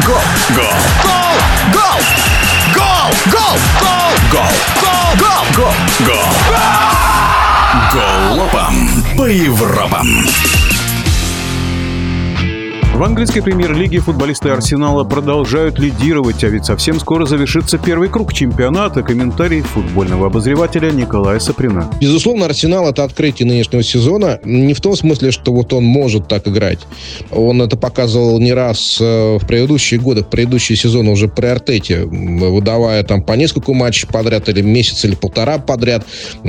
Гол! Гол! Гол! Гол! Гол! Гол! Гол! Гол! Гол! Гол! Голлопом по Европам. В английской премьер-лиге футболисты Арсенала продолжают лидировать, а ведь совсем скоро завершится первый круг чемпионата. Комментарий футбольного обозревателя Николая Саприна. Безусловно, Арсенал — это открытие нынешнего сезона. Не в том смысле, что вот он может так играть. Он это показывал не раз в предыдущие годы, в предыдущие сезоны уже при Артете, выдавая там по несколько матчей подряд, или месяц, или полтора подряд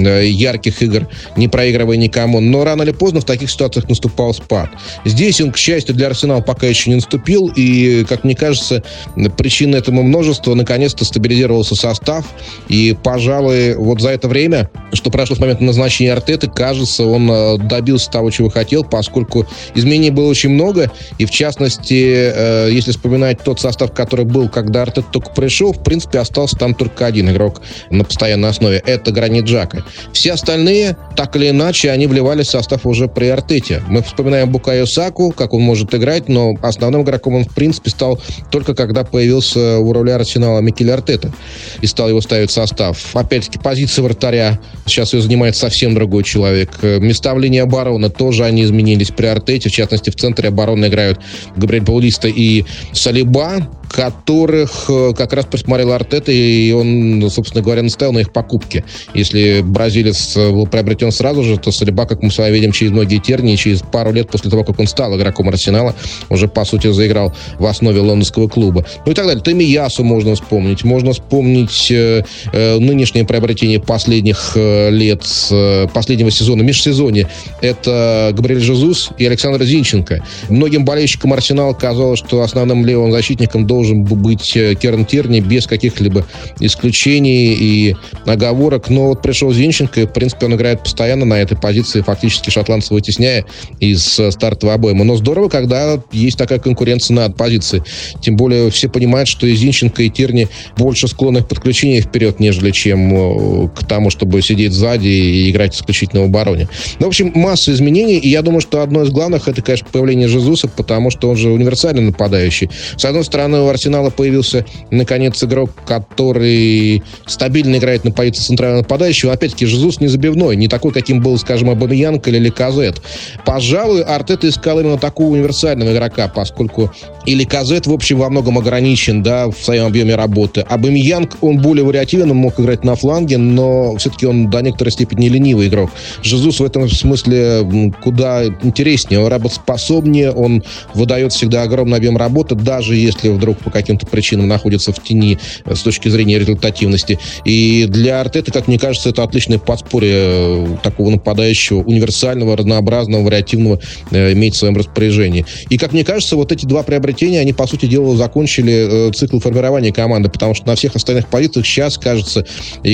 ярких игр, не проигрывая никому. Но рано или поздно в таких ситуациях наступал спад. Здесь он, к счастью для Арсенала, пока еще не наступил, и, как мне кажется, причин этому множество. Наконец-то стабилизировался состав, и, пожалуй, вот за это время, что прошло с момента назначения Артеты, кажется, он добился того, чего хотел, поскольку изменений было очень много, и, в частности, если вспоминать тот состав, который был, когда Артета только пришел, в принципе, остался там только один игрок на постоянной основе. Это Гранит Джака. Все остальные, так или иначе, они вливались в состав уже при Артете. Мы вспоминаем Букайо Саку, как он может играть, но основным игроком он, в принципе, стал только когда появился у руля Арсенала Микель Артета и стал его ставить в состав. Опять-таки, позиция вратаря сейчас ее занимает совсем другой человек. Места в линии обороны тоже они изменились при Артете. В частности, в центре обороны играют Габриэль Паулиста и Салиба, которых как раз присмотрел Артета, и он, собственно говоря, настоял на их покупке. Если бразилец был приобретен сразу же, то Салиба, как мы с вами видим, через многие тернии, через пару лет после того, как он стал игроком Арсенала, уже, по сути, заиграл в основе лондонского клуба. Ну и так далее. Томиясу можно вспомнить. Можно вспомнить нынешнее приобретение последних лет, последнего сезона, межсезонья. Это Габриэль Жезус и Александр Зинченко. Многим болельщикам Арсенала казалось, что основным левым защитником должен быть Кьеран Тирни без каких-либо исключений и оговорок. Но вот пришел Зинченко, и, в принципе, он играет постоянно на этой позиции, фактически шотландца вытесняя из стартовой обоймы. Но здорово, когда есть такая конкуренция на позиции. Тем более все понимают, что и Зинченко, и Тирни больше склонны к подключению вперед, нежели чем к тому, чтобы сидеть сзади и играть исключительно в обороне. Ну, в общем, масса изменений, и я думаю, что одно из главных — это, конечно, появление Жезуса, потому что он же универсальный нападающий. С одной стороны, у Арсенала появился, наконец, игрок, который стабильно играет на позиции центрального нападающего. Опять-таки, Жезус не забивной, не такой, каким был, скажем, Абамеянг или Лаказет. Пожалуй, Артета искал именно такого универсального игрока, поскольку и Лаказет, в общем, во многом ограничен, да, в своем объеме работы. Абамеянг, он более вариативен, он мог играть на фланге, но все-таки он до некоторой степени ленивый игрок. Жезус в этом смысле куда интереснее, он работоспособнее, он выдает всегда огромный объем работы, даже если вдруг по каким-то причинам находится в тени с точки зрения результативности. И для Артета, как мне кажется, это отличное подспорье такого нападающего, универсального, разнообразного, вариативного иметь в своем распоряжении. И, как мне кажется, вот эти два приобретения, они, по сути дела, закончили цикл формирования команды, потому что на всех остальных позициях сейчас, кажется,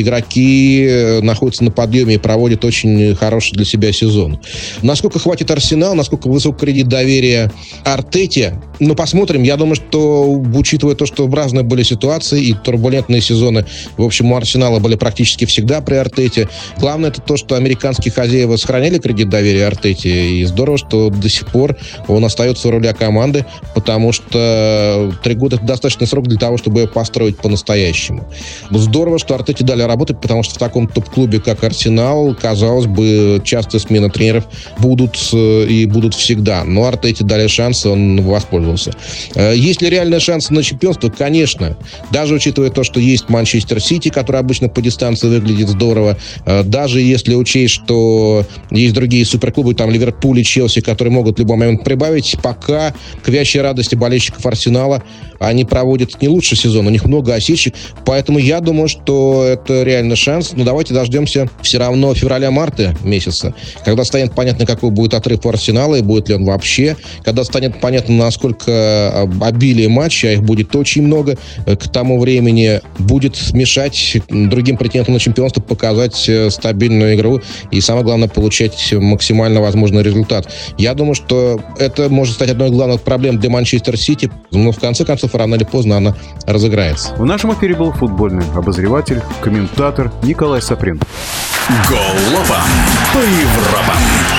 игроки находятся на подъеме и проводят очень хороший для себя сезон. Насколько хватит Арсенал, насколько высок кредит доверия Артете, ну, посмотрим. Я думаю, что, учитывая то, что разные были ситуации и турбулентные сезоны, в общем, у Арсенала были практически всегда при Артете. Главное, это то, что американские хозяева сохраняли кредит доверия Артете, и здорово, что до сих пор он остается у руля команды, потому что 3 года — это достаточный срок для того, чтобы ее построить по-настоящему. Здорово, что Артете дали работать, потому что в таком топ-клубе, как Арсенал, казалось бы, частые смены тренеров будут и будут всегда. Но Артете дали шанс, он воспользовался. Есть ли реальный шанс на чемпионство? Конечно. Даже учитывая то, что есть Манчестер Сити, который обычно по дистанции выглядит здорово, даже если учесть, что есть другие суперклубы, там Ливерпуль и Челси, которые могут в любой момент прибавить, пока, к вящей радости болельщиков Арсенала, они проводят не лучший сезон, у них много осечек, поэтому я думаю, что это реальный шанс. Но давайте дождемся все равно февраля-марта месяца, когда станет понятно, какой будет отрыв у Арсенала и будет ли он вообще, когда станет понятно, насколько обилие матчей, а их будет очень много, к тому времени будет мешать другим претендентам на чемпионство показать стабильную игру и, самое главное, получать максимально возможный результат. Я думаю, что это может стать одной из главных проблем для Манчестер Сити, но в конце концов, рано или поздно она разыграется. В нашем эфире был футбольный обозреватель, комментатор Николай Саприн. Голлопом по Европам.